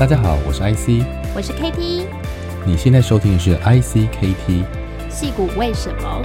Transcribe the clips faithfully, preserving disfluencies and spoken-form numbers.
大家好，我是 I C， 我是 K T， 你现在收听的是 I C K T 矽谷为什么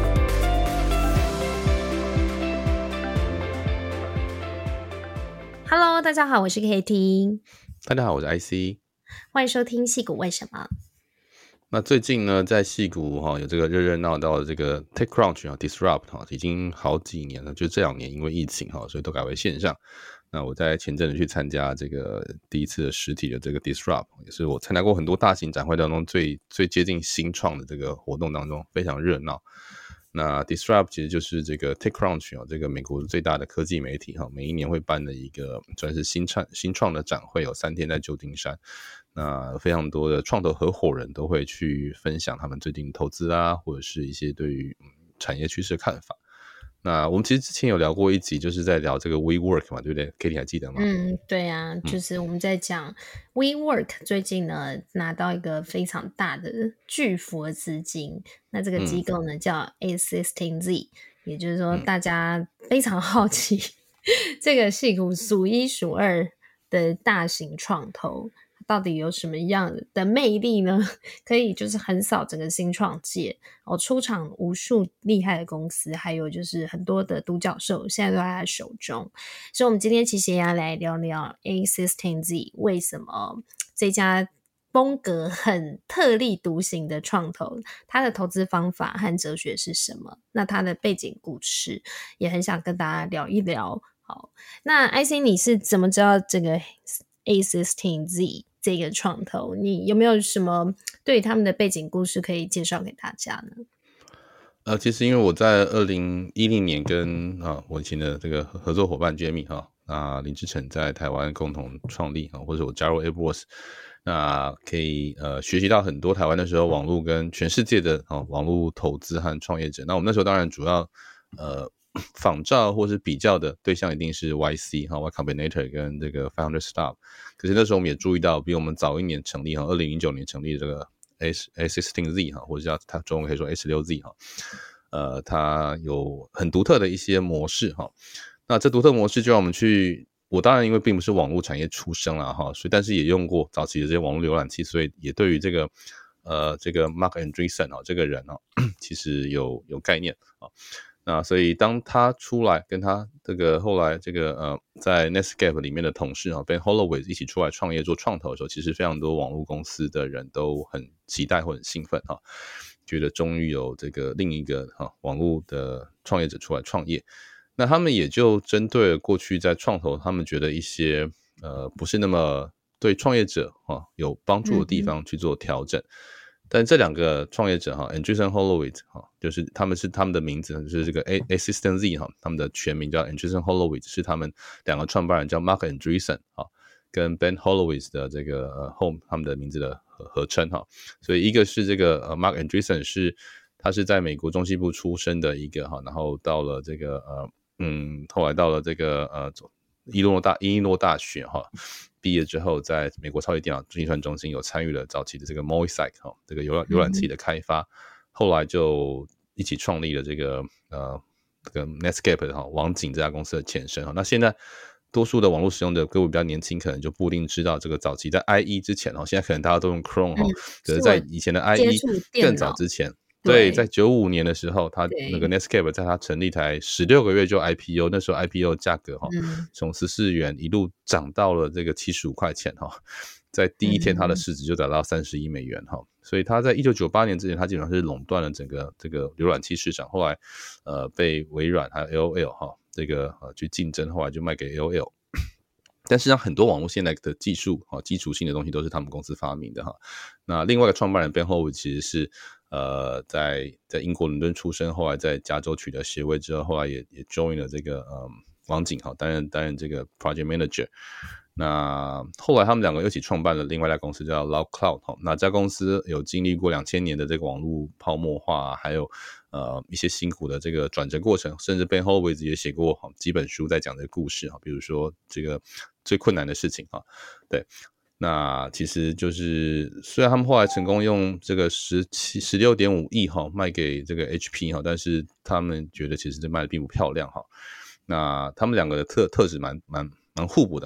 ？Hello， 大家好，我是 K T， 大家好，我是 I C， 欢迎收听矽谷为什么。 那最近呢，在矽谷哈有这个热热闹闹的这个 TechCrunch 啊 Disrupt 哈，已经好几年了，就这两年因为疫情哈，所以都改为线上。那我在前阵子去参加这个第一次的实体的这个 Disrupt， 也是我参加过很多大型展会当中最最接近新创的这个活动当中，非常热闹。那 Disrupt 其实就是这个 TechCrunch 哦，这个美国最大的科技媒体哈，每一年会办的一个算是新创新创的展会，有三天在旧金山。那非常多的创投合伙人都会去分享他们最近投资啊，或者是一些对于产业趋势的看法。那我们其实之前有聊过一集，就是在聊这个 WeWork 嘛，对不对 ？Kitty 还记得吗？ 嗯，对啊，就是我们在讲 WeWork 最近呢拿到一个非常大的巨幅的资金，那这个机构呢、嗯、叫 A one six Z， 也就是说大家非常好奇、嗯、这个矽谷数一数二的大型创投到底有什么样的魅力呢？可以就是横扫整个新创界哦，出场无数厉害的公司，还有就是很多的独角兽现在都在他手中。所以我们今天其实也要来聊聊 A one six Z 为什么这家风格很特立独行的创投，它的投资方法和哲学是什么？那它的背景故事也很想跟大家聊一聊。好，那 I C 你是怎么知道这个 A one six Z这个创投，你有没有什么对他们的背景故事可以介绍给大家呢？ 呃，其实因为我在二零一零年跟啊我以前的这个合作伙伴 Jamie 哈，那林志成在台湾共同创立啊，或者我加入 AppWorks， 那可以呃学习到很多台湾那时候网络跟全世界的啊网络投资和创业者。那我们那时候当然主要呃仿照或是比较的对象一定是 Y C 哈 Y Combinator 跟这个five hundred Stop， 可是那时候我们也注意到比我们早一年成立哈，二零零九年成立的这个 A one six Z 哈，或者叫它中文可以说 A one six Z 哈，呃，它有很独特的一些模式哈。那这独特模式就让我们去，我当然因为并不是网络产业出身啦哈，所以但是也用过早期的这些网络浏览器，所以也对于这个呃这个 Marc Andreessen 哦这个人哦，其实有有概念啊。那所以当他出来跟他这个后来这个呃在 Netscape 里面的同事啊 Ben Horowitz 一起出来创业做创投的时候，其实非常多网络公司的人都很期待或很兴奋哈，觉得终于有这个另一个哈网络的创业者出来创业。那他们也就针对了过去在创投他们觉得一些呃不是那么对创业者哈有帮助的地方去做调整。嗯，但这两个创业者哈 Andreessen Horowitz 哈，就是他们是他们的名字就是这个 A one six Z 哈，他们的全名叫 Andreessen Horowitz， 是他们两个创办人叫 Marc Andreessen 哈，跟 Ben Horowitz 的这个呃 Home 他们的名字的合合称哈。所以一个是这个呃 Marc Andreessen 是他是在美国中西部出生的一个哈，然后到了这个呃嗯后来到了这个呃伊诺大伊诺大学哈。毕业之后，在美国超级电脑计算中心有参与了早期的这个 Mosaic 哈，这个浏览浏览器的开发，嗯，后来就一起创立了这个呃这个 Netscape 哈网景这家公司的前身哈。那现在多数的网络使用的各位比较年轻，可能就不一定知道这个早期在 I E 之前哈，现在可能大家都用 Chrome 哈，嗯，可是在以前的 I E 更早之前。对，在九五年的时候，他那个 Netscape 在他成立才十六个月就 I P O， 那时候 I P O 价格哈，嗯，从十四元一路涨到了这个七十五块钱哈，在第一天它的市值就达到三十亿美元哈，所以他在一九九八年之前，他基本上是垄断了整个这个浏览器市场，后来呃被微软还有 A O L 哈这个呃去竞争，后来就卖给 A O L。但实际上很多网络现在的技术基础性的东西都是他们公司发明的哈。那另外一个创办人 Ben Horowitz 其实是呃在在英国伦敦出生，后来在加州取得学位之后，后来也也 join 了这个呃网景哈，担任担任这个 project manager。那后来他们两个一起创办了另外一家公司叫 Loudcloud 哈，那这家公司有经历过两千年的这个网络泡沫化，还有呃一些辛苦的这个转折过程，甚至 Ben Horowitz 也写过几本书在讲这个故事哈，比如说这个最困难的事情哈，对。那其实就是虽然他们后来成功用这个 十七 十六点五亿哈卖给这个 H P 哈，但是他们觉得其实这卖的并不漂亮哈。那他们两个的特特质蛮蛮蛮互补的哈。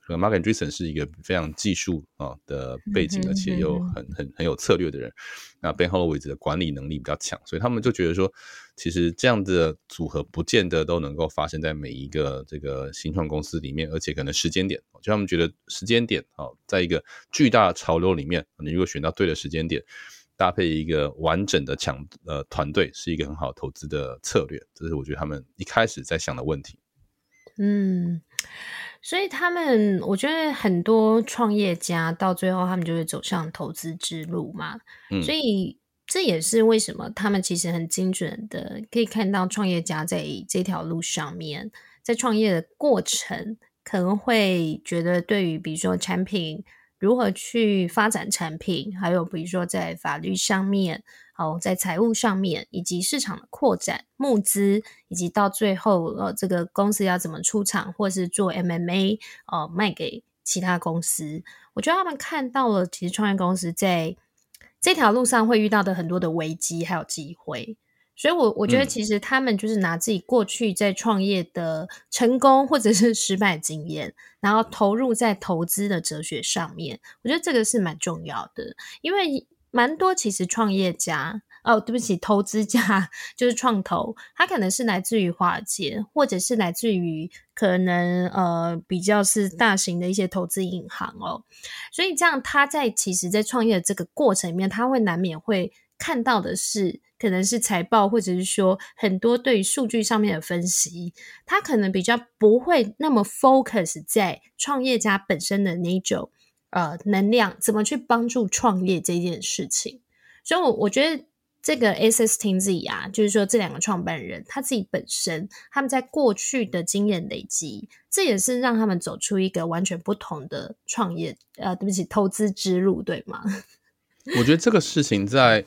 Marc Andreessen 是一个非常技术、哦、的背景，而且又很很很有策略的人。那 Ben Horowitz 的管理能力比较强，所以他们就觉得说，其实这样的组合不见得都能够发生在每一个这个新创公司里面，而且可能时间点，就他们觉得时间点、哦、在一个巨大的潮流里面，你如果选到对的时间点，搭配一个完整的强呃团队，是一个很好投资的策略。这是我觉得他们一开始在想的问题。 嗯，所以他们，我觉得很多创业家到最后他们就会走向投资之路嘛。嗯，所以这也是为什么他们其实很精准的可以看到创业家在这条路上面，在创业的过程可能会觉得对于比如说产品如何去发展产品，还有比如说在法律上面，好，在财务上面，以及市场的扩展、募资，以及到最后呃这个公司要怎么出场，或是做 M and A 呃卖给其他公司。我觉得他们看到了其实创业公司在这条路上会遇到的很多的危机还有机会。所以我我觉得其实他们就是拿自己过去在创业的成功或者是失败经验，然后投入在投资的哲学上面，我觉得这个是蛮重要的。因为蛮多其实创业家哦，对不起，投资家就是创投，他可能是来自于华尔街，或者是来自于可能呃比较是大型的一些投资银行哦，所以这样他在其实在创业的这个过程里面，他会难免会看到的是可能是财报，或者是说很多对于数据上面的分析，他可能比较不会那么 focus 在创业家本身的那种呃能量，怎么去帮助创业这件事情。所以我我觉得这个 A S S T Z 啊，就是说这两个创办人他自己本身他们在过去的经验累积，这也是让他们走出一个完全不同的创业呃，对不起，投资之路，对吗？ 我觉得这个事情在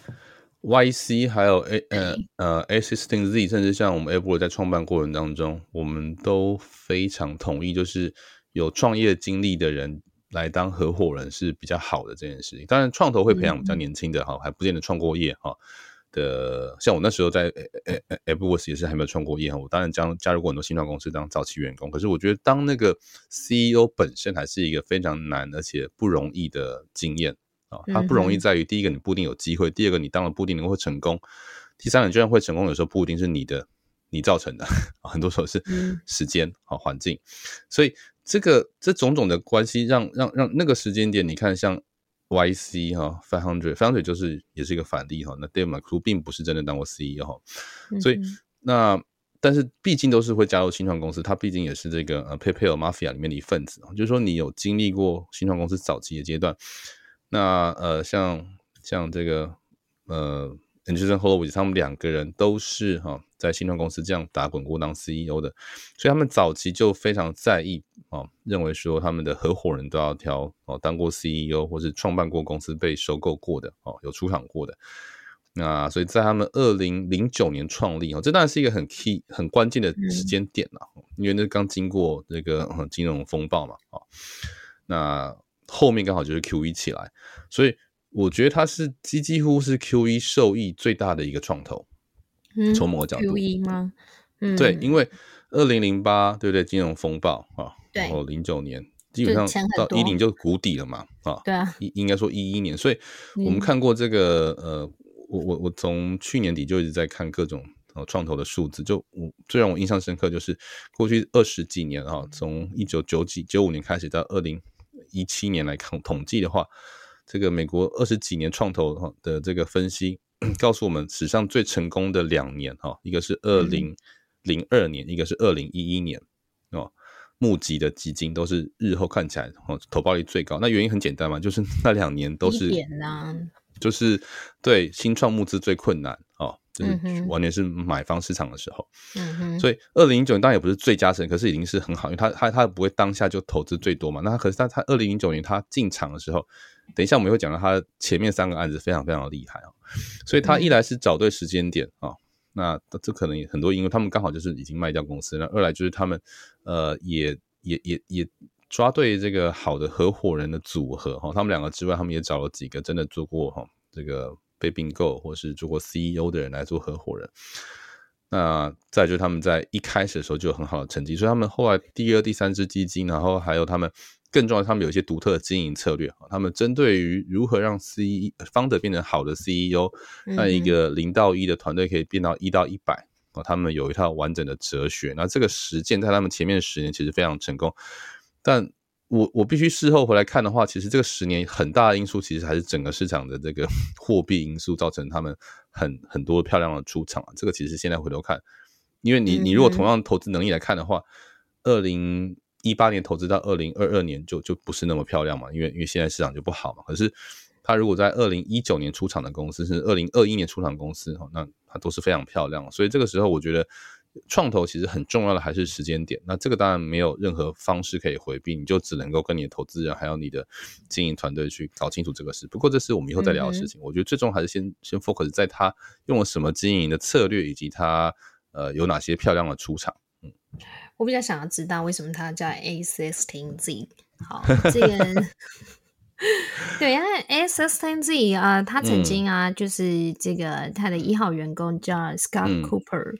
Y C 还有 A 呃呃 A S S T Z， 甚至像我们 Apple 在创办过程当中，我们都非常同意，就是有创业经历的人来当合伙人是比较好的这件事情。当然创投会培养比较年轻的、嗯、还不见得创过业的，像我那时候在 Apple 也是还没有创过业，我当然加加入过很多新创公司当早期员工，可是我觉得当那个 C E O 本身还是一个非常难而且不容易的经验。它不容易在于第一个你不一定有机会，第二个你当然不一定能够成功，第三个你就算会成功有时候不一定是你的你造成的，很多时候是时间和环境。所以这个这种种的关系让让让那个时间点，你看像 Y C 哈 五百 五百就是也是一个反例哈。那 Dave McClure 并不是真的当过 C E O， 所以那但是毕竟都是会加入新创公司，他毕竟也是这个呃 PayPal Mafia 里面的一份子，就是说你有经历过新创公司早期的阶段。那呃，像像这个呃 Andreessen Horowitz 他们两个人都是哈、哦、在新创公司这样打滚过当 C E O 的，所以他们早期就非常在意哦，认为说他们的合伙人都要挑哦当过 C E O 或是创办过公司被收购过的哦，有出场过的。那所以在他们二零零九年创立哦，这当然是一个很 key 很关键的时间点啦、嗯、因为那刚经过这个、嗯、金融风暴嘛哦，那后面刚好就是 Q E 起来，所以我觉得它是几乎是 Q E 受益最大的一个创投，嗯，从某个角度 Q E 吗？嗯， 对，因为二零零八对不对金融风暴啊，然后零九年基本上到一零就谷底了嘛啊， 对啊， 应该说一一年，所以我们看过这个、嗯、呃，我我我从去年底就一直在看各种创投的数字，就我最让我印象深刻就是过去二十几年啊，从一九九几九五年开始到二零一七年来看统计的话，这个美国二十几年创投的这个分析告诉我们，史上最成功的两年哈，一个是二零零二年，一个是二零一一年哦，募集的基金都是日后看起来哦投报率最高。那原因很简单嘛，就是那两年都是就是对新创募资最困难哦。就是完全是买方市场的时候，嗯、所以二零零九年当然也不是最佳神，可是已经是很好，因为他他他不会当下就投资最多嘛。那可是他他二零零九年他进场的时候，等一下我们会讲到他前面三个案子非常非常的厉害哦，所以他一来是找对时间点啊、哦，那这可能也很多因为他们刚好就是已经卖掉公司，那二来就是他们呃也也也也抓对这个好的合伙人的组合哈、哦，他们两个之外，他们也找了几个真的做过哈、哦、这个。被并购或是做过 C E O 的人来做合伙人，那再就是他们在一开始的时候就有很好的成绩，所以他们后来第二、第三支基金，然后还有他们更重要的他们有一些独特的经营策略，他们针对于如何让 C E founder 变成好的 C E O， 让一个零到一的团队可以变到一到一百，他们有一套完整的哲学，那这个实践在他们前面十年其实非常成功，但我我必须事后回来看的话，其实这个十年很大的因素其实还是整个市场的这个货币因素造成他们很很多漂亮的出场，这个其实现在回头看，因为你你如果同样投资能力来看的话，二零一八年投资到二零二二年就就不是那么漂亮嘛，因为因为现在市场就不好嘛。可是他如果在二零一九年出场的公司，是二零二一年出场的公司，那它都是非常漂亮，所以这个时候我觉得创投其实很重要的还是时间点，那这个当然没有任何方式可以回避，你就只能够跟你的投资人还有你的经营团队去搞清楚这个事。不过这是我们以后再聊的事情，嗯、我觉得最终还是先先 focus 在他用了什么经营的策略，以及他呃有哪些漂亮的出场。嗯， 我比较想要知道为什么它叫 A 十六 Z。好，这个对，因为 A 十六 Z 啊、呃，他曾经啊，嗯、就是这个他的一号员工叫 Scott Cooper。嗯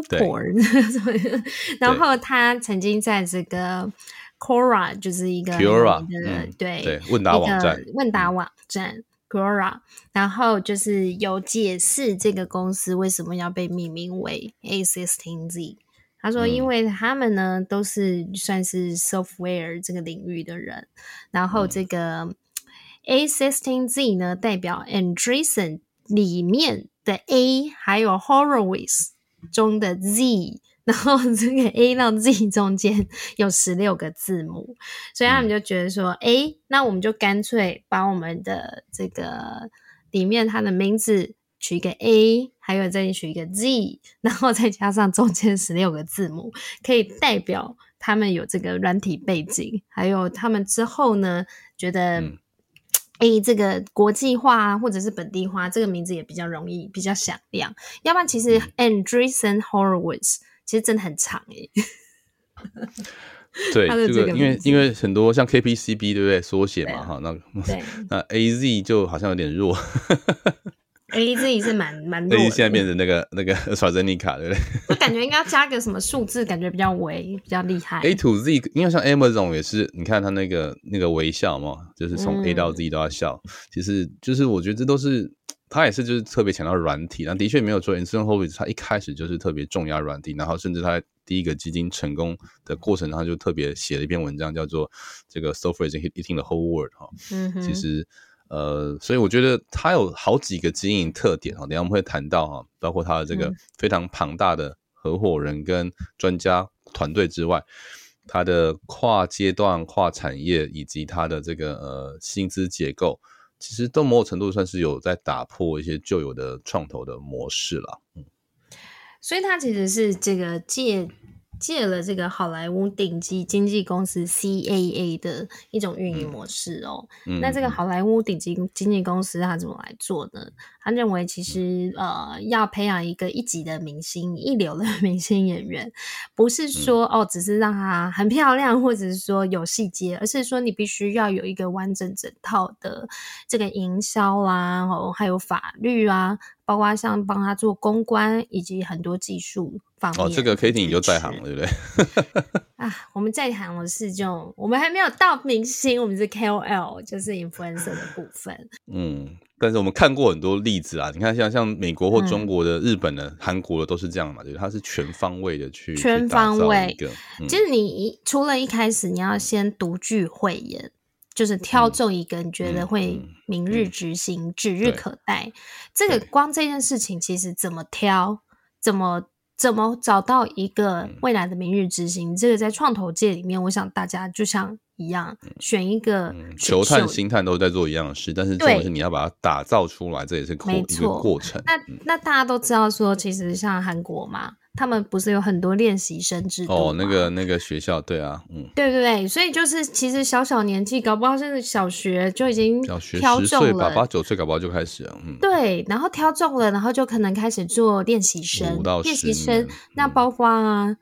Cooper 然后他曾经在这个 Quora 就是一个很有名的、 嗯、 对对问答网站问答网站 Quora， 然后就是有解释这个公司为什么要被命名为 A 十六 Z。他说因为他们呢、嗯、都是算是 software 这个领域的人，然后这个 A 十六 Z 呢代表 Andreessen 里面的 A 还有 Horowitz中的 Z， 然后这个 A 到 Z 中间有十六个字母，所以他们就觉得说，哎、嗯，那我们就干脆把我们的这个里面它的名字取一个 A， 还有再取一个 Z， 然后再加上中间十六个字母，可以代表他们有这个软体背景，还有他们之后呢觉得、嗯诶，这个国际化或者是本地化，这个名字也比较容易，比较响亮。要不然，其实 Andreessen Horowitz 其实真的很长诶。 对，这个因为因为很多像 K P C B 对不对缩写嘛哈、啊，那那 A Z 就好像有点弱。 A Z 是蛮蛮弱的 ，A Z 现在变成那个那个 AstraZeneca 对不对？ 我感觉应该要加个什么数字，感觉比较微，比较厉害。 A to Z， 因为像 Amazon 也是，你看它那个那个微笑嘛，就是从 A 到 Z 都要笑。嗯、其实就是我觉得这都是他也是就是特别强调软体，那的确没有说 Andreessen Horowitz 他一开始就是特别重压软体，然后甚至他第一个基金成功的过程，他就特别写了一篇文章，叫做这个 Software is eating the whole world 哈、嗯。其实。呃，所以我觉得它有好几个经营特点，等一下我们会谈到哈，包括它的这个非常庞大的合伙人跟专家团队之外，它的跨阶段、跨产业以及它的这个呃薪资结构，其实都某种程度算是有在打破一些旧有的创投的模式啦。嗯， 所以它其实是这个借。借了这个好莱坞顶级经纪公司 C A A 的一种运营模式哦。嗯、那这个好莱坞顶级经纪公司它怎么来做呢？他认为其实呃要培养一个一级的明星、一流的明星演员，不是说哦只是让他很漂亮，或者是说有细节，而是说你必须要有一个完整整套的这个营销啦，哦还有法律啊。包括像帮他做公关以及很多技术方面。 哦，这个 Katie 你就在行了，对不对？ 啊，我们在行的是就我们还没有到明星，我们是 K O L， 就是 influencer 的部分。 嗯，但是我们看过很多例子啊，你看像像美国或中国的、嗯、日本的、韩国的都是这样嘛，对，它是全方位的去全方位。 嗯、 就是你除了一开始你要先独具慧眼。就是挑中一个你觉得会明日执行、嗯嗯、指日可待。这个光这件事情其实怎么挑，怎么怎么找到一个未来的明日执行，嗯、这个在创投界里面，我想大家就像一样，嗯、选一个嗯、球探、星探都在做一样的事，但是重点是你要把它打造出来，这也是一个过程。 那、嗯、那大家都知道说，其实像韩国嘛。他们不是有很多练习生制度吗？ 哦，那个那个学校，对啊，嗯， 对对对，所以就是其实小小年纪，搞不好甚至小学就已经挑中了， 八八九岁搞不好就开始了，嗯， 对，然后挑中了，然后就可能开始做练习生， 五到十练习生，那包括啊。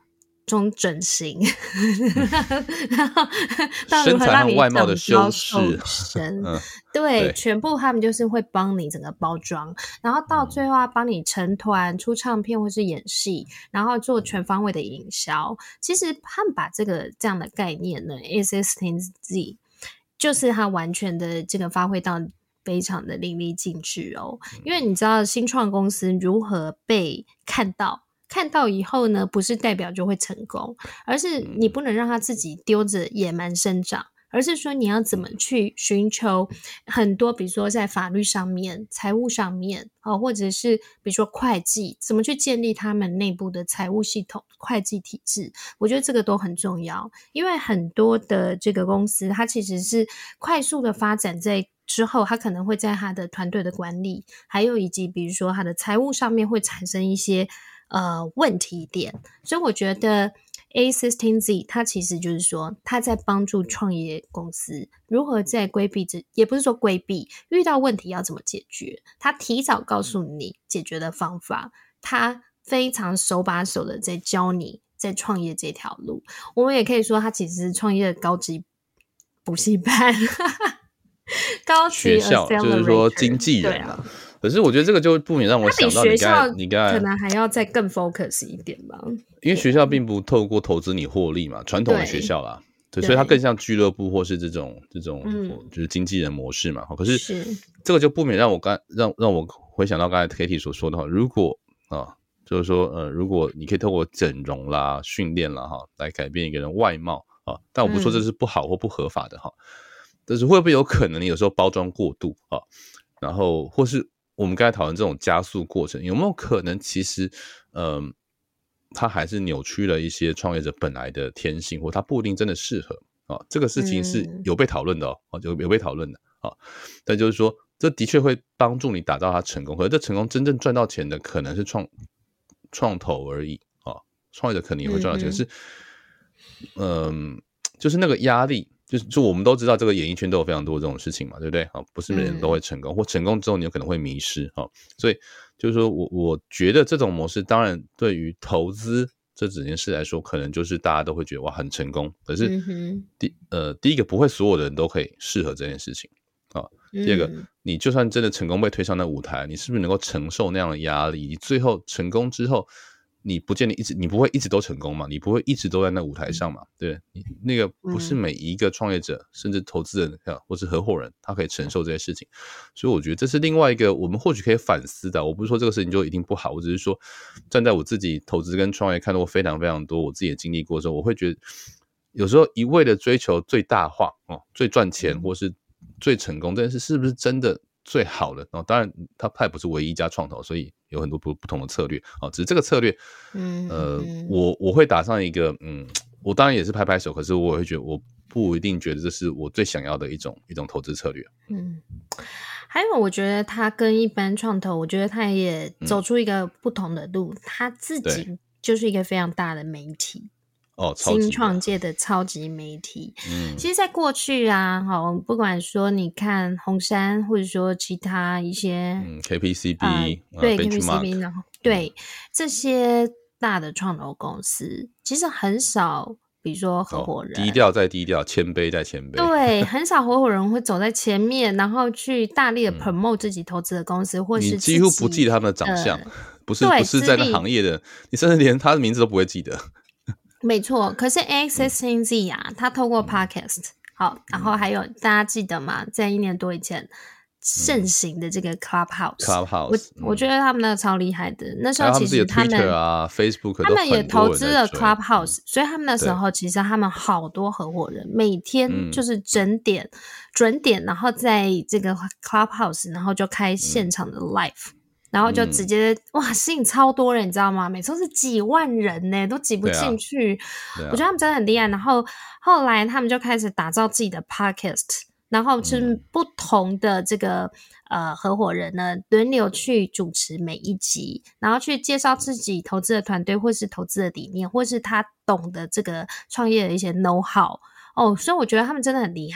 从整形然后到如身材何让你和外貌的长高修饰瘦身、 嗯， 对， 对全部他们就是会帮你整个包装，然后到最后要帮你成团、出唱片或是演戏，然后做全方位的营销。其实他们把这个这样的概念呢 ，Existing Z 就是它完全的这个发挥到非常的淋漓尽致哦。因为你知道新创公司如何被看到，看到以后呢，不是代表就会成功，而是你不能让它自己丢着野蛮生长，而是说你要怎么去寻求很多，比如说在法律上面、财务上面，哦，或者是比如说会计，怎么去建立他们内部的财务系统、会计体制，我觉得这个都很重要。因为很多的这个公司，它其实是快速的发展在之后，他可能会在他的团队的管理，还有以及比如说他的财务上面会产生一些呃问题点，所以我觉得 A System Z 它其实就是说它在帮助创业公司如何在规避这，也不是说规避，遇到问题要怎么解决，它提早告诉你解决的方法，它非常手把手的在教你在创业这条路。我们也可以说它其实是创业的高级补习班高级学校就是说经纪人啦、啊。可是我觉得这个就不免让我想到你刚才，你刚才可能还要再更 focus 一点吧。 因为学校并不透过投资你获利嘛，传统的学校啦，对，所以它更像俱乐部或是这种这种、嗯、就是经纪人模式嘛。可是这个就不免让我刚让让我回想到刚才 Katie 所说的话，如果啊，就是说呃，如果你可以透过整容啦、训练啦哈，来改变一个人外貌啊，但我不说这是不好或不合法的哈。嗯，但是会不会有可能你有时候包装过度啊？然后或是我们刚才讨论这种加速过程，有没有可能其实，嗯、呃，它还是扭曲了一些创业者本来的天性，或他不一定真的适合啊？这个事情是有被讨论的哦，有有被讨论的啊。但就是说，这的确会帮助你打造它成功，可是这成功真正赚到钱的可能是创创投而已啊。创业者可能也会赚到钱，嗯、是，嗯、呃，就是那个压力。就就我们都知道，这个演艺圈都有非常多这种事情嘛，对不对？不是每人都会成功，嗯、或成功之后你有可能会迷失。所以就是说我我觉得这种模式，当然对于投资这整件事来说，可能就是大家都会觉得哇很成功。可是第、嗯、呃第一个，不会所有的人都可以适合这件事情啊。第二个，你就算真的成功被推上那舞台，你是不是能够承受那样的压力？你最后成功之后，你不见得一直，你不会一直都成功嘛？你不会一直都在那舞台上嘛？对，那个不是每一个创业者，嗯、甚至投资人或是合伙人，他可以承受这些事情。所以我觉得这是另外一个我们或许可以反思的。我不是说这个事情就一定不好，我只是说站在我自己投资跟创业看到过非常非常多我自己的经历过之后，我会觉得有时候一味的追求最大化、哦、最赚钱或是最成功这件事是不是真的最好的、哦、当然它也不是唯一一家创投，所以有很多 不, 不同的策略、哦、只是这个策略嗯呃我我会打上一个嗯我当然也是拍拍手，可是我会觉得我不一定觉得这是我最想要的一种一种投资策略。嗯， 还有我觉得他跟一般创投，我觉得他也走出一个不同的路，嗯、他自己就是一个非常大的媒体。 哦， 新创界的超级媒体，嗯，其实在过去啊，好，不管说你看红杉，或者说其他一些， 嗯 ，K P C B，、 呃、对 K P C B， 然后对、嗯、这些大的创投公司，其实很少，比如说合伙人， 哦、低调再低调，谦卑再谦卑， 对，很少合伙人会走在前面，然后去大力的 promote 自己投资的公司，嗯、或是你几乎不记得他们的长相，呃、不是不是在那行业的，你甚至连他的名字都不会记得。 没错，可是 Existing Z 啊，他透过 Podcast， 好，然后还有大家记得吗？在一年多以前盛行的这个 Clubhouse，Clubhouse，、嗯、我我觉得他们那个超厉害的。那时候其实他们 Twitter 啊 Facebook 他们也投资了 Clubhouse，、嗯、所以他们那时候其实他们好多合伙人每天就是整点、嗯、准点，然后在这个 Clubhouse， 然后就开现场的 Live。嗯，然后就直接、嗯、哇吸引超多人，你知道吗？每次是几万人呢，都挤不进去、啊啊、我觉得他们真的很厉害。然后后来他们就开始打造自己的 podcast， 然后是不同的这个、嗯、呃合伙人呢轮流去主持每一集，然后去介绍自己投资的团队或是投资的理念，或是他懂的这个创业的一些 know how 哦，所以我觉得他们真的很厉害。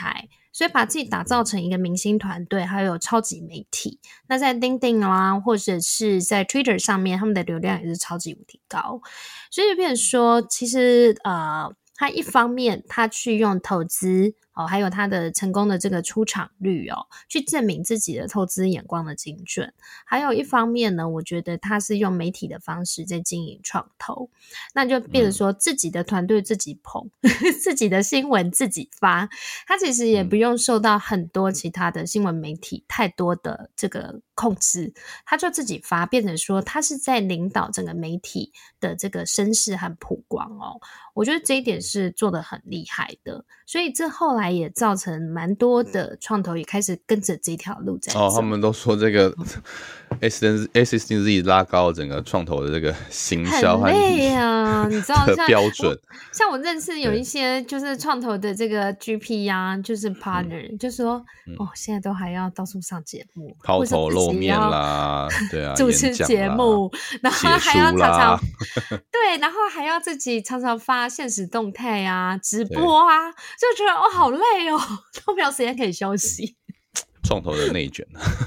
所以把自己打造成一个明星团队，还有超级媒体。那在 LinkedIn 啦，或者是在 Twitter 上面，他们的流量也是超级无敌高。所以就变成说，其实呃，他一方面他去用投资哦，还有他的成功的这个出场率哦，去证明自己的投资眼光的精准。还有一方面呢，我觉得他是用媒体的方式在经营创投，那就变成说自己的团队自己捧，嗯、自己的新闻自己发，他其实也不用受到很多其他的新闻媒体太多的这个控制，他就自己发，变成说他是在领导整个媒体的这个声势和曝光哦。我觉得这一点是做得很厉害的，所以这后来也造成蛮多的创投也开始跟着这条路在走。 哦，他们都说这个 S S S Z 拉高整个创投的这个行销和很累啊，你知道像标准。 像我认识有一些就是创投的这个 G P 啊，就是 partner，、嗯、就说、嗯、哦，现在都还要到处上节目， 抛头露面啦，对啊， 主持节目，然后还要常常对，然后还要自己常常发现实动态啊、直播啊，就觉得哦好累哦，都没有时间可以休息。 创投的内卷。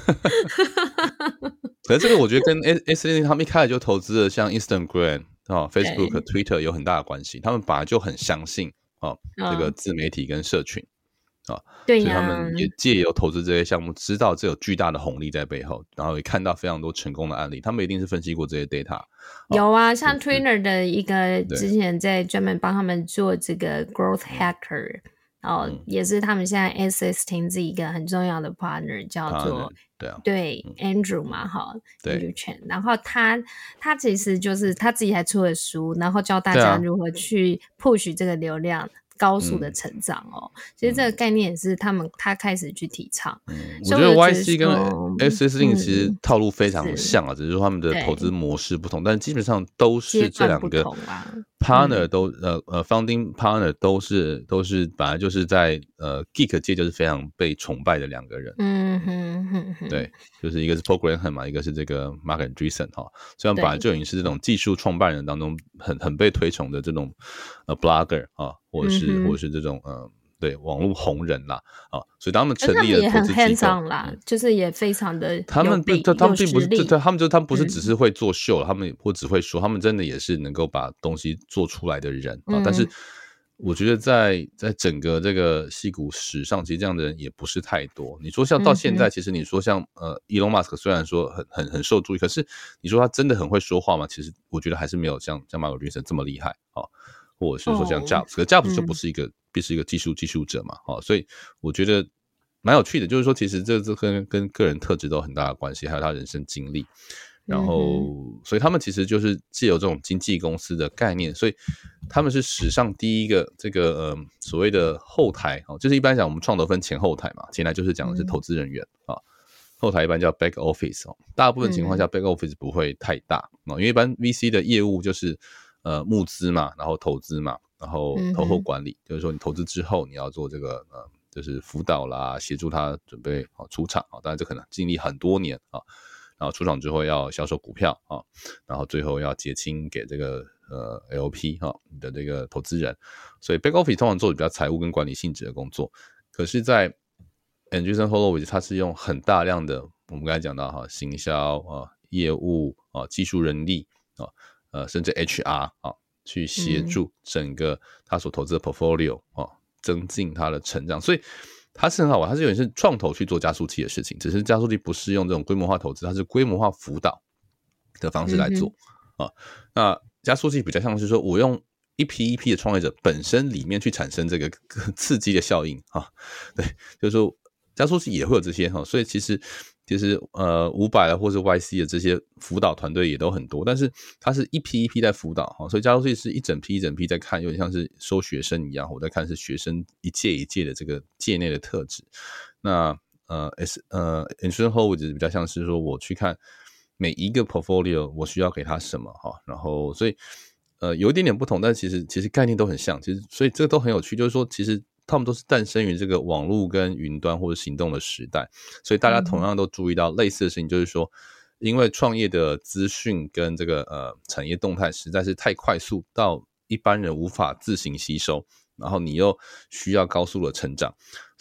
可是这个我觉得跟 S N L 他们一开始就投资了像 Instagram、哦、Facebook、Twitter 有很大的关系，他们本来就很相信、哦、这个自媒体跟社群、哦、 对所以他们也借由投资这些项目，知道这有巨大的红利在背后，然后也看到非常多成功的案例，他们一定是分析过这些 data、哦、 有啊，像 Twitter 的一个之前在专门帮他们做这个 Growth Hacker、嗯哦、嗯，也是他们现在 S S T Z 一个很重要的 partner 叫做 partner, 对啊， 对、嗯、Andrew 嘛，哈 ，Andrew Chen， 然后他他其实就是他自己还出了书，然后教大家如何去 push 这个流量。高速的成长哦、嗯，其实这个概念也是他们他开始去提倡。 嗯，我觉得 Y C 跟 S S T 其实套路非常像啊，嗯、只是说他们的投资模式不同，但基本上都是这两个 partner 都、嗯、呃呃 founding partner 都是都是本来就是在呃 geek 界就是非常被崇拜的两个人。 嗯哼哼哼， 对，就是一个是 Paul Graham 嘛，一个是这个 Mark Andreessen 哈，所以他们本来就已经是这种技术创办人当中很很被推崇的这种呃 blogger 啊，或者是、嗯、或者是这种呃对网络红人啦啊，所以他们成立了投资机构， 他们也很 hands on 啦、嗯，就是也非常的他们并他们并不是他们就他们不是只是会做秀、嗯、他们或只会说，他们真的也是能够把东西做出来的人啊、嗯，但是。我觉得在在整个这个矽谷史上，其实这样的人也不是太多。你说像到现在，嗯、其实你说像呃 Elon Musk 虽然说很很很受注意，可是你说他真的很会说话吗？其实我觉得还是没有像像 Mark Andreessen 这么厉害啊、哦，或者是说像 Jobs，、哦、可是 Jobs 就不是一个、嗯、必是一个技术技术者嘛，哦，所以我觉得蛮有趣的，就是说其实这这跟跟个人特质都有很大的关系，还有他人生经历。然后、嗯、所以他们其实就是藉由这种经纪公司的概念，所以他们是史上第一个这个呃所谓的后台、哦、就是一般讲我们创投分前后台嘛，前台就是讲的是投资人员、嗯、啊，后台一般叫 back office、哦、大部分情况下 back office 不会太大、哦、因为一般 V C 的业务就是呃募资嘛，然后投资嘛，然后投后管理、嗯、就是说你投资之后你要做这个呃就是辅导啦，协助他准备、哦、出场、哦、当然这可能经历很多年啊。然后出场之后要销售股票、啊、然后最后要结清给这个呃 L P、啊、你的这个投资人，所以 back office 通常做的比较财务跟管理性质的工作，可是在 Andreessen Horowitz 它是用很大量的我们刚才讲到、啊、行销、啊、业务、啊、技术人力、啊呃、甚至 H R、啊、去协助整个他所投资的 portfolio、啊、增进他的成长，所以它是很好玩，它是有点是创投去做加速器的事情，只是加速器不是用这种规模化投资，它是规模化辅导的方式来做、嗯啊、那加速器比较像是说我用一批一批的创业者本身里面去产生这个刺激的效应、啊、对，就是说加速器也会有这些、啊、所以其实其实呃五百或是 Y C 的这些辅导团队也都很多，但是它是一批一批在辅导、啊、所以加速器是一整批一整批在看，有点像是收学生一样，我在看是学生一届一届的这个界内的特质。那呃 S 呃 Andreessen Horowitz 比较像是说我去看每一个 portfolio 我需要给他什么、啊、然后所以呃有一点点不同，但其实其实概念都很像，其实所以这个都很有趣，就是说其实他们都是诞生于这个网络跟云端或者行动的时代，所以大家同样都注意到类似的事情，就是说因为创业的资讯跟这个呃产业动态实在是太快速到一般人无法自行吸收，然后你又需要高速的成长，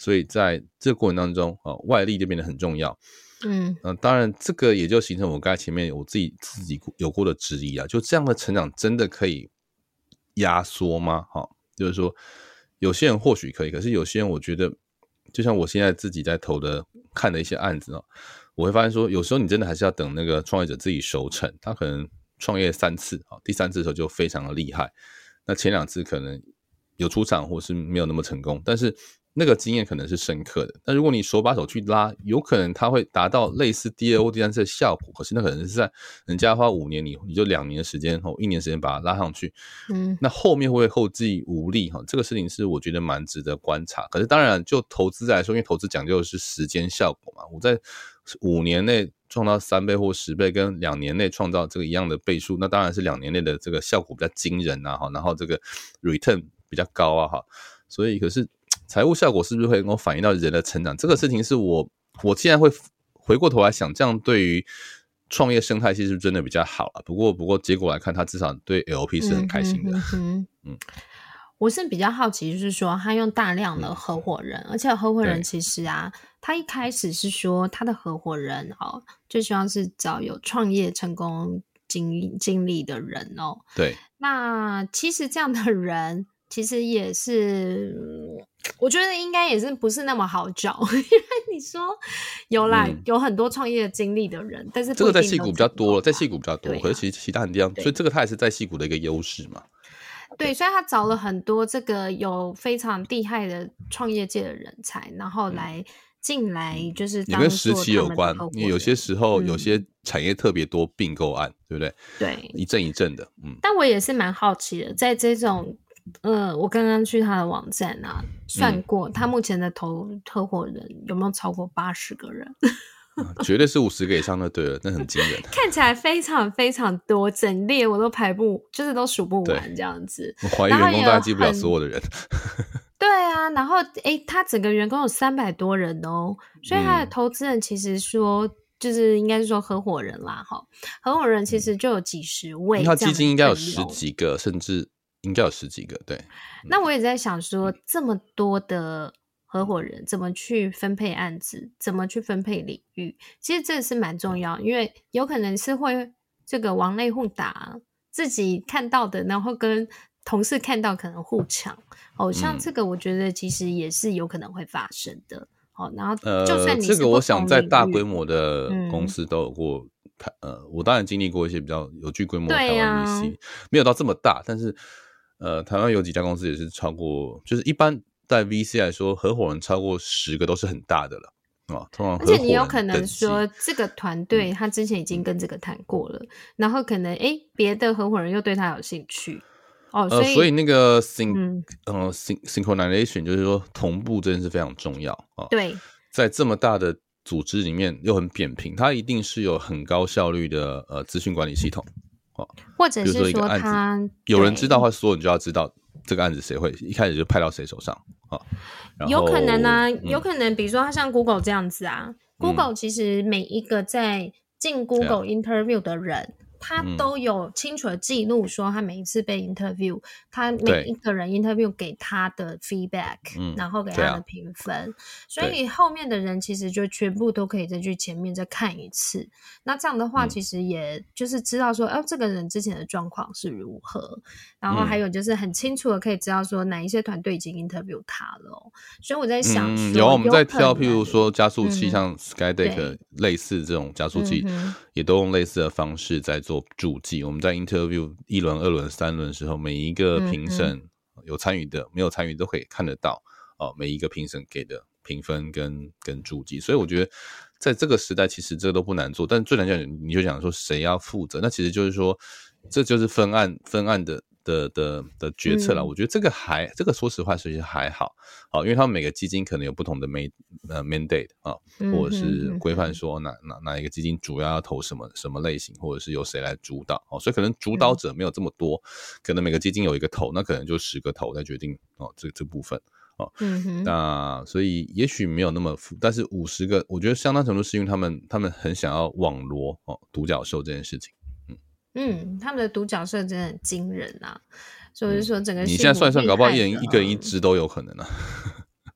所以在这个过程当中、呃、外力就变得很重要。 嗯、 呃、当然这个也就形成我刚才前面我自己自己有过的质疑啊，就这样的成长真的可以压缩吗、哦、就是说有些人或许可以，可是有些人我觉得就像我现在自己在投的看的一些案子、哦、我会发现说有时候你真的还是要等那个创业者自己熟成，他可能创业三次、哦、第三次的时候就非常的厉害，那前两次可能有出场或是没有那么成功，但是那个经验可能是深刻的。但如果你手把手去拉，有可能它会达到类似第二或第三次的效果，可是那可能是在人家花五年，你你就两年的时间或一年时间把它拉上去，嗯，那后面会不会后继无力？这个事情是我觉得蛮值得观察。可是当然就投资来说，因为投资讲究的是时间效果嘛，我在五年内创造三倍或十倍，跟两年内创造这个一样的倍数，那当然是两年内的这个效果比较惊人啊，然后这个 return 比较高啊，所以可是财务效果是不是会能够反映到人的成长？这个事情是我我现在会回过头来想，这样对于创业生态系是不是真的比较好啊？不过不过结果来看，他至少对 L P 是很开心的。嗯嗯嗯我是比较好奇，就是说他用大量的合伙人，嗯、而且合伙人其实啊，他一开始是说他的合伙人哦，就希望是找有创业成功经经历的人哦。 对， 那其实这样的人。其实也是，我觉得应该也是不是那么好找，因为你说有啦、嗯，有很多创业经历的人，但是这个在矽谷比较多了，在矽谷比较多， 啊、 可是其实其他很地方，所以这个它也是在矽谷的一个优势嘛。 对，所以他找了很多这个有非常厉害的创业界的人才，然后来进来，就是当也跟时期有关，因为有些时候、 嗯、 有些产业特别多并购案，对不对？ 对， 一阵一阵的。嗯， 但我也是蛮好奇的，在这种。呃，我刚刚去他的网站啊，算过、嗯、他目前的投合伙人有没有超过八十个人？ 绝对是五十个以上就对了，那很惊人。 看起来非常非常多，整列我都排不，就是都数不完这样子。 我怀疑员工大概记不了所有的人。 对啊，然后诶，他整个员工有三百多人哦，所以他的投资人其实说。嗯就是应该是说合伙人啦，哈，合伙人其实就有几十位， 因为他基金应该有十几个，甚至应该有十几个，对。 那我也在想说，这么多的合伙人怎么去分配案子，怎么去分配领域，其实这是蛮重要，因为有可能是会这个往内互打，自己看到的，然后跟同事看到可能互抢，哦，像这个我觉得其实也是有可能会发生的。好，然后就算你是、 呃、这个我想在大规模的公司都有过、嗯、呃，我当然经历过一些比较有具规模的台湾 V C、啊、没有到这么大，但是呃，台湾有几家公司也是超过，就是一般在 V C 来说，合伙人超过十个都是很大的了啊。通常合伙人， 而且你有可能说这个团队他之前已经跟这个谈过了，嗯、然后可能哎别的合伙人又对他有兴趣。哦，所以、 呃、所以那个 syn、嗯呃、synchronization 就是说同步这件事非常重要、啊、 对， 在这么大的组织里面又很扁平，它一定是有很高效率的呃资讯管理系统、啊、 或者是说他比如说一个案子有人知道的话，所有人就要知道这个案子谁会一开始就派到谁手上、啊、然后有可能啊、嗯、有可能比如说他像 Google 这样子啊、嗯、Google 其实每一个在进 Google interview 的人他都有清楚的记录，说他每一次被 interview， 他每一个人 interview 给他的 feedback，、嗯、然后给他的评分、啊，所以后面的人其实就全部都可以再去前面再看一次。那这样的话，其实也就是知道说，哦、嗯，这个人之前的状况是如何，然后还有就是很清楚的可以知道说哪一些团队已经 interview 他了、哦。所以我在想说， 嗯、有我们在挑，譬如说加速器，嗯、像 Skydeck 类似这种加速器，嗯、也都用类似的方式在做。注记，我们在 interview 一轮、二轮、三轮的时候，每一个评审有参与的、嗯、没有参与都可以看得到、哦、每一个评审给的评分跟跟注记。所以我觉得在这个时代，其实这个都不难做，但最难讲你就讲说谁要负责，那其实就是说这就是分案分案的。的的的决策啦、嗯、我觉得这个还这个说实话其实还好，好，因为他们每个基金可能有不同的 man, 呃 mandate 啊，或者是规范说哪哪哪一个基金主要要投什么什么类型，或者是由谁来主导，哦，所以可能主导者没有这么多，嗯、可能每个基金有一个头，那可能就十个头来决定哦这这部分哦，嗯、那所以也许没有那么复，但是五十个，我觉得相当程度是因为他们他们很想要网罗哦独角兽这件事情。 嗯，他们的独角兽真的很惊人啊！所以我就说整个、嗯、 你现在算算，搞不好一人一个人一只都有可能啊。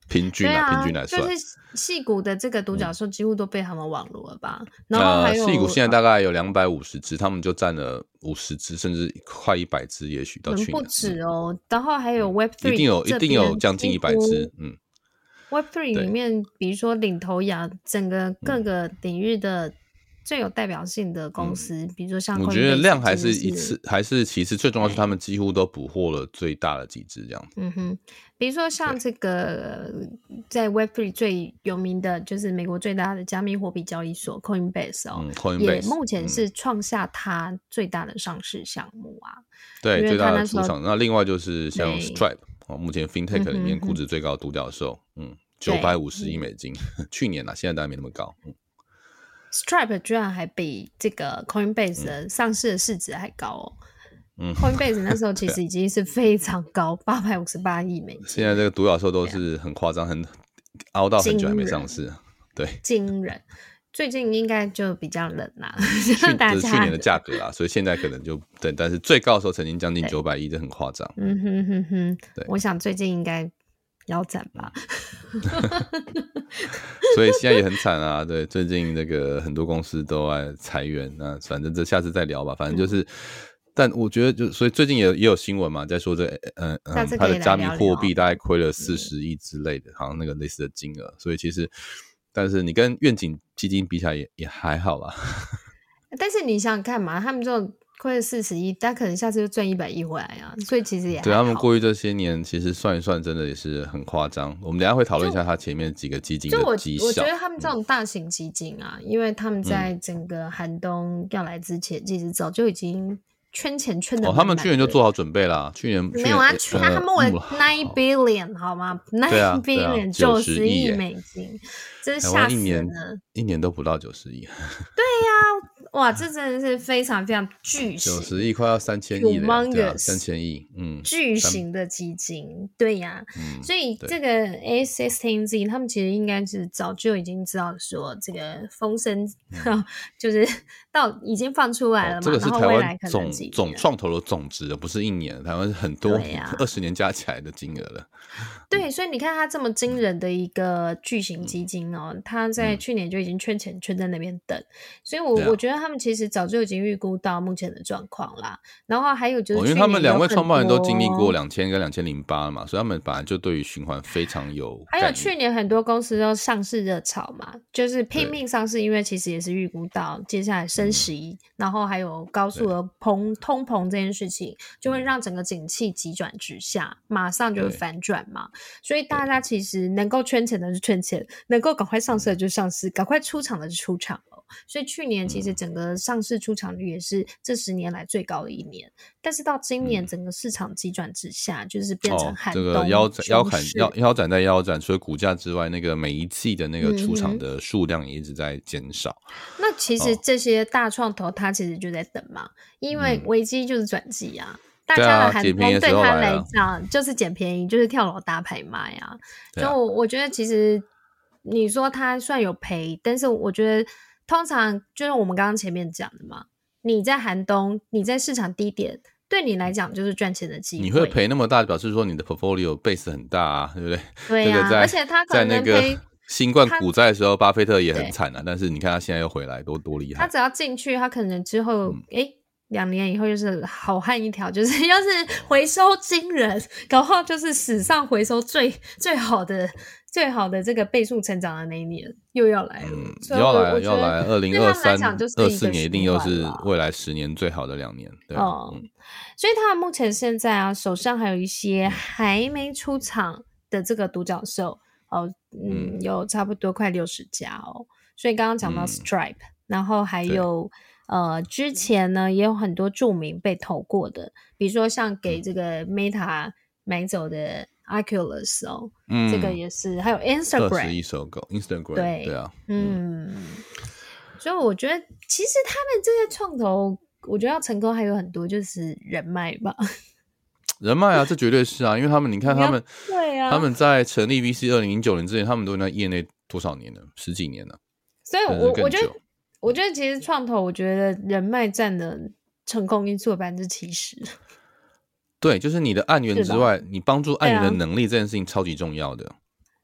平均啊，平均来算， 就是矽谷的这个独角兽几乎都被他们网罗了吧？嗯、然后还有矽谷现在大概有两百五十只，他们就占了五十只，甚至快一百只，也许到去年不止哦。嗯、然后还有 Web 三、嗯， 一定有，一定有将近一百只。嗯 ，Web 三里面，比如说领头羊，整个各个领域的。最有代表性的公司，嗯、比如说像 Coinbase， 我觉得量还是一次，还是其次，最重要是他们几乎都捕获了最大的几只这样子。 嗯哼，比如说像这个在 Web 三 最有名的就是美国最大的加密货币交易所 Coinbase 哦， 嗯、Coinbase 也目前是创下它最大的上市项目啊。 嗯、对，最大的出场。那另外就是像 Stripe 哦，目前 FinTech 里面估值最高的独角兽，嗯，九百五十亿美金，去年啊，现在当然没那么高。嗯。 Stripe 居然还比这个 Coinbase 的上市的市值还高哦。嗯、Coinbase 那时候其实已经是非常高，八百五十八亿美金。 现在这个独角兽都是很夸张，很熬到很久还没上市。对， 惊人。最近应该就比较冷啦， 去这是去年的价格啦，所以现在可能就对，但是最高的时候曾经将近九百亿，这很夸张。 嗯哼哼哼，对，我想最近应该。腰斩吧， 所以现在也很惨啊。对，最近那个很多公司都在裁员，那反正这下次再聊吧。反正就是，嗯、但我觉得就所以最近也也有新闻嘛，在说这嗯嗯，它的加密货币大概亏了四十亿之类的，好像那个类似的金额。所以其实，但是你跟愿景基金比起来也也还好啦。 但是你想想看嘛，他们这种。亏了四十亿，但可能下次就赚一百亿回来啊，所以其实也还好。 对，他们过去这些年，其实算一算，真的也是很夸张。我们等一下会讨论一下他前面几个基金的绩效。 就我我觉得他们这种大型基金啊，嗯、因为他们在整个寒冬要来之前，嗯、其实早就已经圈钱圈的。 哦，他们去年就做好准备啦。去年没有啊，去年他们募了 nine billion 好吗 ？nine billion 九十亿美金，真是吓死人了。 一年都不到九十亿。 对呀、啊。哇，这真的是非常非常巨型， 九十亿快要三千亿了，对啊，三千亿，嗯， 巨型的基金，对呀、啊嗯，所以这个 A 十六 Z 他们其实应该是早就已经知道说这个风声、嗯、就是到已经放出来了嘛，哦、 这个是台湾总总创投的总值，不是一年，台湾是很多二十年加起来的金额了。 对，所以你看它这么惊人的一个巨型基金哦，嗯、它在去年就已经圈钱圈在那边等，所以我、啊、我觉得他们其实早就已经预估到目前的状况啦。然后还有就是、哦， 因为他们两位创办人都经历过两千跟两千零八嘛，所以他们本来就对于循环非常有。 还有去年很多公司都上市热潮嘛，就是拼命上市，因为其实也是预估到接下来升息，嗯、然后还有高速的膨通膨这件事情，就会让整个景气急转直下，马上就会反转嘛。所以大家其实能够圈钱的就圈钱，能够赶快上市的就上市，赶快出场的就出场了。所以去年其实整个上市出场率也是这十年来最高的一年，但是到今年整个市场急转直下，就是变成寒冬、 哦、这个腰腰砍腰腰斩在腰斩，除了股价之外，那个每一季的那个出场的数量也一直在减少。 嗯、那其实这些大创投它其实就在等嘛，因为危机就是转机啊。嗯大家的寒冬对他来讲就是捡便宜，就是跳楼大拍卖啊。所以我我觉得其实你说他算有赔，但是我觉得通常就是我们刚刚前面讲的嘛，你在寒冬，你在市场低点，对你来讲就是赚钱的机会。 你会赔那么大，表示说你的 portfolio base 很大啊，对不对？ 对啊， 这个、 而且他可能赔。 那个新冠股灾的时候，巴菲特也很惨啊，但是你看他现在又回来，多多厉害。 他只要进去，他可能之后哎。嗯两年以后就是好汉一条，就是要是回收惊人，搞不好就是史上回收最最好的最好的这个倍数成长的那一年又要来了，嗯、 要来了要来，二零二三、二四年一定又是未来十年最好的两年，对、 哦嗯，所以他目前现在啊手上还有一些还没出场的这个独角兽哦，嗯，嗯有差不多快六十家哦，所以刚刚讲到 Stripe，、嗯、然后还有。呃，之前呢也有很多著名被投过的，比如说像给这个 Meta 买走的 Oculus 哦，嗯，这个也是，还有 Instagram 二十一手狗 Instagram 对对啊， 嗯，嗯所以我觉得其实他们这些创投，我觉得要成功还有很多就是人脉吧。 人脉啊，这绝对是啊，因为他们你看他们， 对啊， 他们在成立 V C 二零零九年之前，他们都在业内多少年了？十几年了， 所以我我觉得。我觉得其实创投，我觉得人脉占的成功因素有百分之七十。 对，就是你的案源之外，你帮助案源的能力这件事情超级重要的。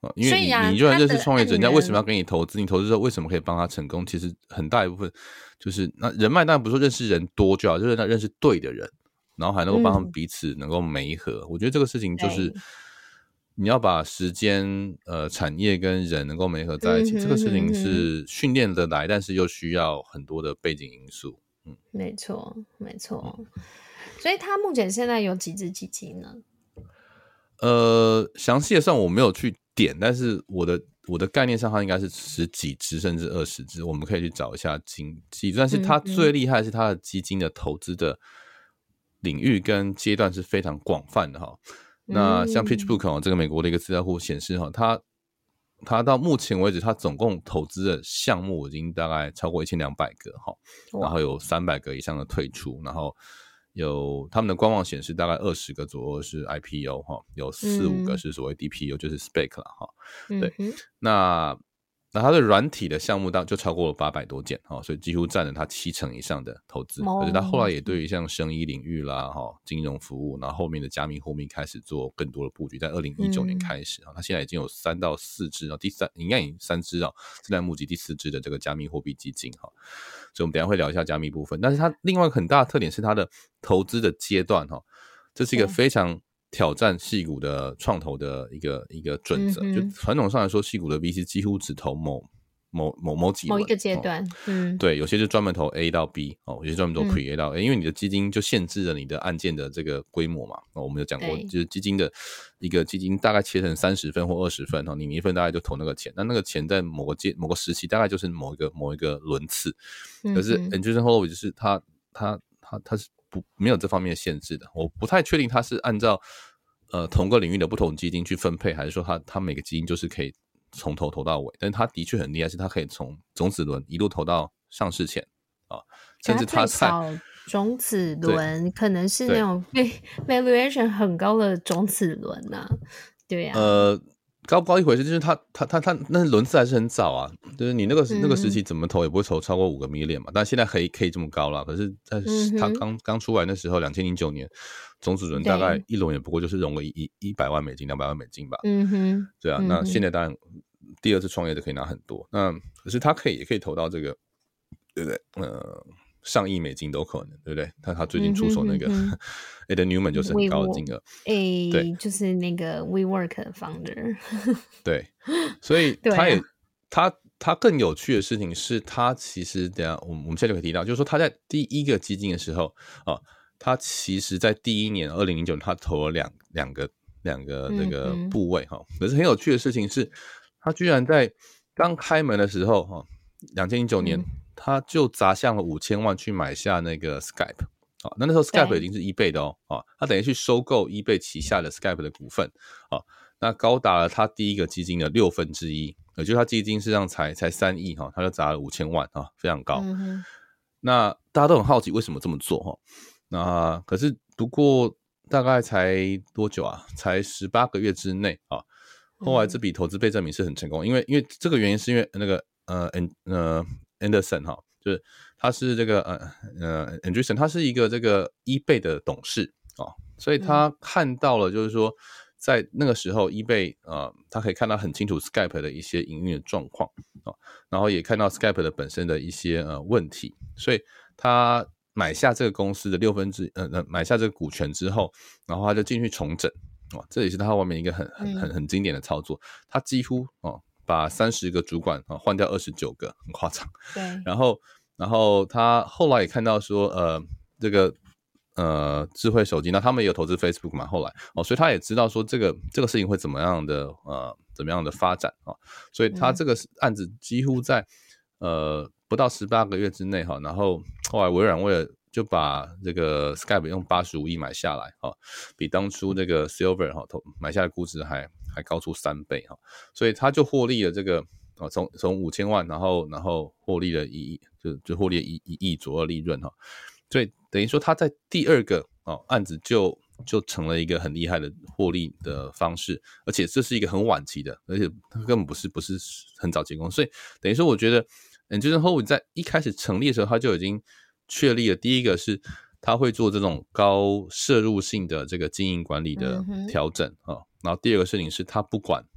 因为你、啊、你就算认识创业者，人家为什么要给你投资？你投资之后为什么可以帮他成功？其实很大一部分就是那人脉，当然不是说认识人多就好，就是他认识对的人，然后还能够帮他们彼此能够媒合、嗯。我觉得这个事情就是你要把时间、呃产业跟人能够媒合在一起，嗯、这个事情是训练得来，但是又需要很多的背景因素。嗯， 没错，没错。嗯、所以他目前现在有几只基金呢？ 呃，详细的上我没有去点，但是我的我的概念上，它应该是十几只甚至二十只，我们可以去找一下经济。但是它最厉害的是它的基金的投资的领域跟阶段是非常广泛的哈。嗯、那像 PitchBook、哦、这个美国的一个资料库显示哈，它它到目前为止，它总共投资的项目已经大概超过一千两百个哈，然后有三百个以上的退出，然后。有他们的官网显示大概二十个左右是 I P O 哈，有四五个是所谓 D P O、嗯、就是 SPAC 啦哈。对，嗯、那那它的软体的项目当就超过了八百多件哈，所以几乎占了它七成以上的投资。哦、可是它后来也对于像生医领域啦哈、金融服务，然后后面的加密货币开始做更多的布局，在二零一九年开始哈、嗯，它现在已经有三到四支啊，第三应该已经三支啊，正在募集第四支的这个加密货币基金哈。所以我们等一下会聊一下加密部分，但是它另外一个很大的特点是它的投资的阶段哈，这是一个非常挑战矽谷的创投的一个一个准则、嗯。就传统上来说，矽谷的 V C 几乎只投某某某某几轮某一个阶段、哦，嗯， 对，有些就专门投 A 到 B 哦，有些专门投 Pre A 到 A，、嗯、因为你的基金就限制了你的案件的这个规模嘛。哦、我们有讲过，就是基金的一个基金大概切成三十份或二十份哦，你每一份大概就投那个钱，那那个钱在某个阶某个时期大概就是某一个某一个轮次。可是 Andreessen Horowitz 就是他他他他是不没有这方面的限制的，我不太确定他是按照呃同个领域的不同基金去分配，还是说他他每个基金就是可以从头投到尾，但是他的确很厉害，是他可以从种子轮一路投到上市前啊，甚至他在种子轮可能是那种 valuation 很高的种子轮啊，对啊， 呃，高不高一回事，就是他他他他那轮次还是很早啊，就是你那个、嗯、那个时期怎么投也不会投超过五个 million 嘛，但现在可以可以这么高了，可是在他刚刚、嗯、出来那时候，两千零九年。种子轮大概一轮也不过就是融了一一百万美金、两百万美金吧。嗯哼，对啊，嗯、那现在当然第二次创业就可以拿很多。那可是他可以也可以投到这个，对不对？呃，上亿美金都可能，对不对？他他最近出手那个 Adam Neumann 就是很高的金额， 诶，对，就是那个 WeWork 的 founder。 对，所以他也、啊、他他更有趣的事情是他其实等一下我们我们现在就可以提到，就是说他在第一个基金的时候啊。他其实在第一年二零零九年他投了两两个两个这个部位哈、嗯，可是很有趣的事情是，他居然在刚开门的时候哈，二零零九年、嗯、他就砸向了五千万去买下那个 Skype 啊，那那时候 Skype 已经是 eBay 的哦，啊，他等于去收购 eBay 旗下的 Skype 的股份啊，那高达了他第一个基金的六分之一，也就是他基金实际上才才三亿哈，他就砸了五千万啊，非常高。嗯、那大家都很好奇为什么这么做哈？那可是不过大概才多久啊？才十八个月之内啊。后来这笔投资被证明是很成功，因为因为这个原因是因为那个呃呃 Anderson 哈，就是他是这个呃呃 Andreessen 他是一个这个 eBay 的董事啊，所以他看到了就是说在那个时候 eBay 呃他可以看到很清楚 Skype 的一些营运的状况啊，然后也看到 Skype 的本身的一些呃问题，所以他买下这个公司的六分之呃买下这个股权之后，然后他就进去重整，哦，这也是他外面一个很很很很经典的操作。他几乎哦把三十个主管啊换掉二十九个，很夸张。对。然后然后他后来也看到说呃这个呃智慧手机，那他们也有投资 Facebook 嘛，后来哦，所以他也知道说这个这个事情会怎么样的呃怎么样的发展啊，所以他这个案子几乎在呃。不到十八个月之内哈，然后后来微软为了就把这个 Skype 用八十五亿买下来哈，比当初这个 Silver 哈买下的估值还还高出三倍哈，所以他就获利了这个啊从从五千万，然后然后获利了一亿，就就获利了一一亿左右利润哈，所以等于说他在第二个啊案子就就成了一个很厉害的获利的方式，而且这是一个很晚期的，而且他根本不是不是很早期公司，所以等于说我觉得。Andreessen Horowitz 在一开始成立的时候，他就已经确立了第一个是他会做这种高摄入性的这个经营管理的调整、嗯、然后第二个事情是他不管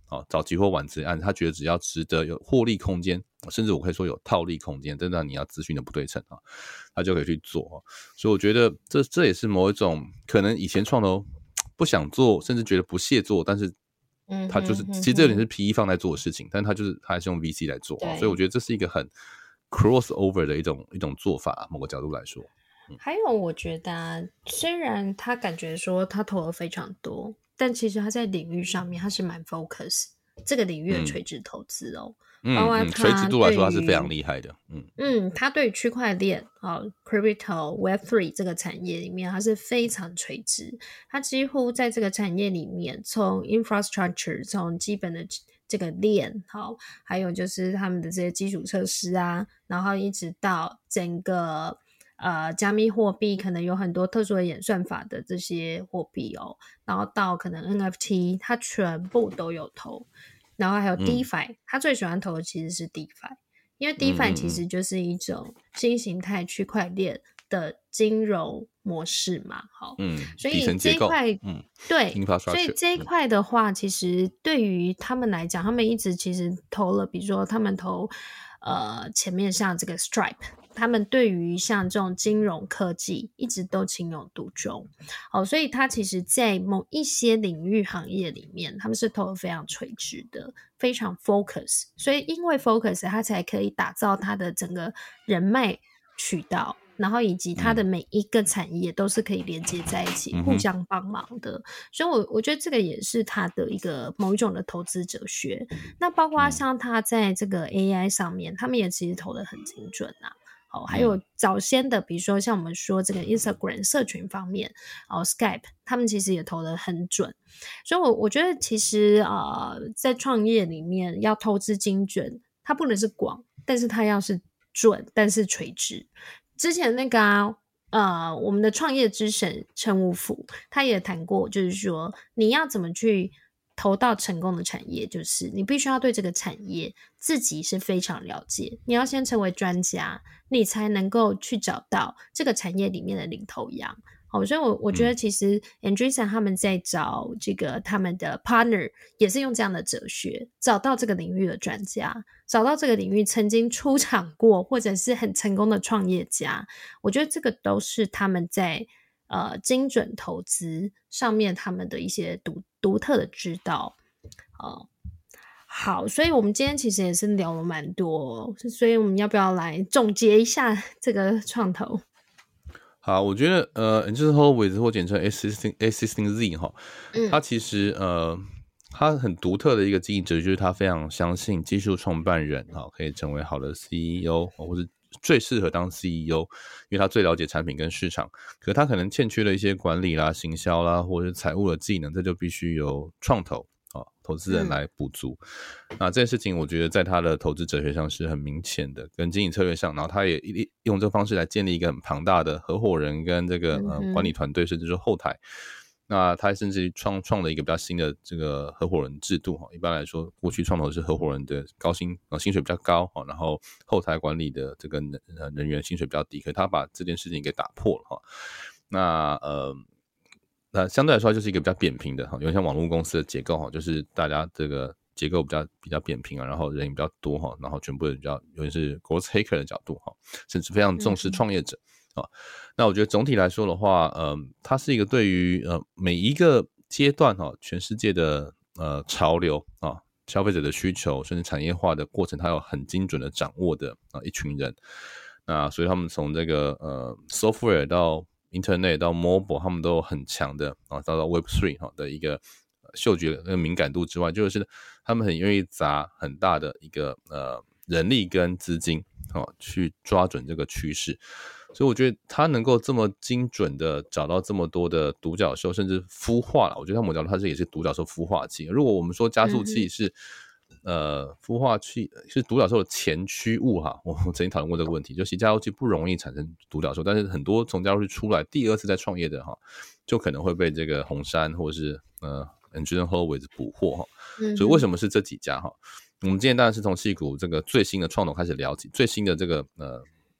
哦，早期或晚期案，他觉得只要值得有获利空间，甚至我可以说有套利空间，真的你要资讯的不对称啊，他就可以去做啊。所以我觉得这这也是某一种可能以前创投不想做，甚至觉得不屑做，但是他就是、 嗯、 其实这有点是 P E 放在做的事情，但他就是他还是用 V C 来做啊，所以我觉得这是一个很 crossover 的一种一种做法，某个角度来说。 还有我觉得、啊、虽然他感觉说他投了非常多，但其实他在领域上面他是蛮 focus 这个领域的垂直投资哦， 嗯包括嗯，垂直他度来说他是非常厉害的。嗯嗯，他对区块链、哦、crypto web 三 这个产业里面，它是非常垂直，他几乎在这个产业里面，从 infrastructure 从基本的这个链，好，还有就是他们的这些基础设施啊，然后一直到整个呃加密货币，可能有很多特殊的演算法的这些货币哦，然后到可能 N F T， 它全部都有投，然后还有 DeFi，、嗯、他最喜欢投的其实是 DeFi， 因为 DeFi 其实就是一种新形态区块链的金融模式嘛，好， 嗯， 所以这一块，嗯，对，所以这一块的话，其实对于他们来讲，他们一直其实投了，比如说他们投呃前面像这个 Stripe， 他们对于像这种金融科技一直都情有独钟，好，所以他其实在某一些领域行业里面，他们是投的非常垂直的，非常 focus， 所以因为 focus， 他才可以打造他的整个人脉渠道，然后以及它的每一个产业都是可以连接在一起、嗯、互相帮忙的，所以我我觉得这个也是他的一个某一种的投资哲学。那包括像他在这个 A I 上面、嗯、他们也其实投得很精准啊。哦，还有早先的比如说像我们说这个 Instagram 社群方面、哦、Skype 他们其实也投得很准，所以我我觉得其实呃，在创业里面要投资精准，它不能是广，但是它要是准，但是垂直。之前那个啊，呃，我们的创业之神陈无甫他也谈过，就是说你要怎么去投到成功的产业，就是你必须要对这个产业自己是非常了解，你要先成为专家，你才能够去找到这个产业里面的领头羊。好，所以我我觉得其实 Andreessen 他们在找这个他们的 partner 也是用这样的哲学，找到这个领域的专家，找到这个领域曾经出场过或者是很成功的创业家，我觉得这个都是他们在呃精准投资上面他们的一些独独特的知道。呃好，所以我们今天其实也是聊了蛮多，所以我们要不要来总结一下这个创投？ 好，我觉得呃 Andreessen Horowitz 或简称 A sixteen Z 哈，它其实呃它很独特的一个经营者就是他非常相信技术创办人哈可以成为好的 C E O 或是最适合当 C E O， 因为他最了解产品跟市场，可是他可能欠缺了一些管理啦、行销啦或者是财务的技能，这就必须由创投投资人来补足、嗯、那这件事情我觉得在他的投资哲学上是很明显的，跟经营策略上，然后他也用这个方式来建立一个很庞大的合伙人跟这个、呃、管理团队，甚至是后台。那他甚至创创了一个比较新的这个合伙人制度，一般来说过去创投是合伙人的高薪、呃、薪水比较高，然后后台管理的这个人员薪水比较低，可是他把这件事情给打破了。那呃那相对来说就是一个比较扁平的，有点像网络公司的结构，就是大家这个结构比较比较扁平啊，然后人也比较多，然后全部人比较尤其是 growth hacker 的角度，甚至非常重视创业者、嗯、那我觉得总体来说的话，呃，它是一个对于呃每一个阶段全世界的呃潮流啊、消费者的需求，甚至产业化的过程，它有很精准的掌握的、呃、一群人。那所以他们从这个呃 software 到Internet 到 Mobile 他们都有很强的啊，到到 Web 三 的一个嗅觉跟敏感度之外，就是他们很愿意砸很大的一个呃人力跟资金、哦、去抓准这个趋势。所以我觉得他能够这么精准的找到这么多的独角兽，甚至孵化了，我觉得他某角度它是也是独角兽孵化器。如果我们说加速器是、嗯、呃孵化器是独角兽的前驱物哈，我曾经讨论过这个问题，就其实加速器不容易产生独角兽，但是很多从加速器出来第二次再创业的哈，就可能会被这个红杉或者是呃 Andreessen Horowitz 捕获哈。所以为什么是这几家哈？我们今天当然是从矽谷这个最新的创投开始聊起，最新的这个呃呃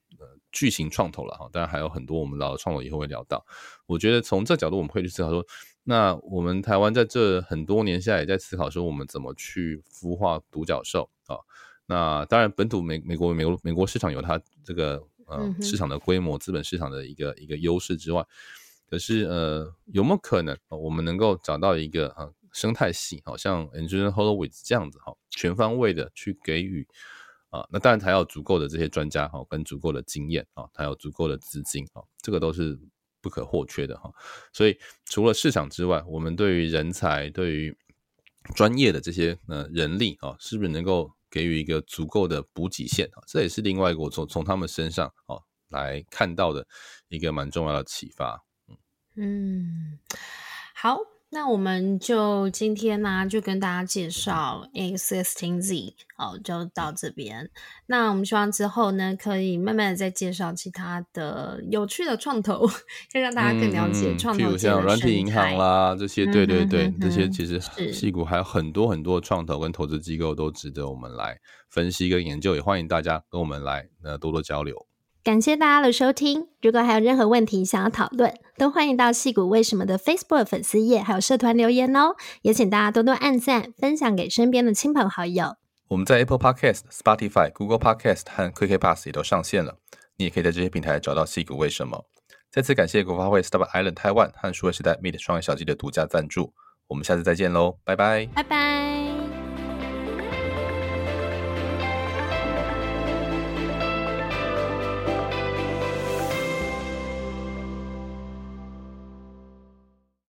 巨型创投了哈，当然还有很多我们老的创投以后会聊到。我觉得从这角度我们会去思考说，那我们台湾在这很多年下来也在思考说，我们怎么去孵化独角兽啊？那当然本土美美国美国美国市场有它这个呃市场的规模、资本市场的一个一个优势之外，可是呃有没有可能、哦、我们能够找到一个啊生态系，好像 Andreessen Horowitz 这样子哈，全方位的去给予。啊，那当然还要足够的这些专家哈，跟足够的经验啊，还有足够的资金啊，这个都是不可或缺的哈。所以除了市场之外，我们对于人才、对于专业的这些呃人力啊，是不是能够给予一个足够的补给线啊？这也是另外一个我从从他们身上啊来看到的一个蛮重要的启发。 嗯, 嗯好。那我们就今天呢、啊，就跟大家介绍 A S one six Z 哦，就到这边。那我们希望之后呢，可以慢慢的再介绍其他的有趣的创投，要让大家更了解创投界的生态。譬如像软体银行啦，这些，对对对， 嗯、哼哼哼这些其实矽谷还有很多很多创投跟投资机构都值得我们来分析跟研究，也欢迎大家跟我们来呃多多交流。 感谢大家的收听，如果还有任何问题想要讨论，都欢迎到矽谷为什么的 Facebook 粉丝页还有社团留言哦，也请大家多多按赞，分享给身边的亲朋好友。 我们在 Apple Podcast、Spotify、Google Podcast 和 K K Bus 也都上线了，你也可以在这些平台找到矽谷为什么。再次感谢国发会 Startup Island 台湾和数位时代 Meet 创业小记的独家赞助，我们下次再见喽，拜拜， 拜拜。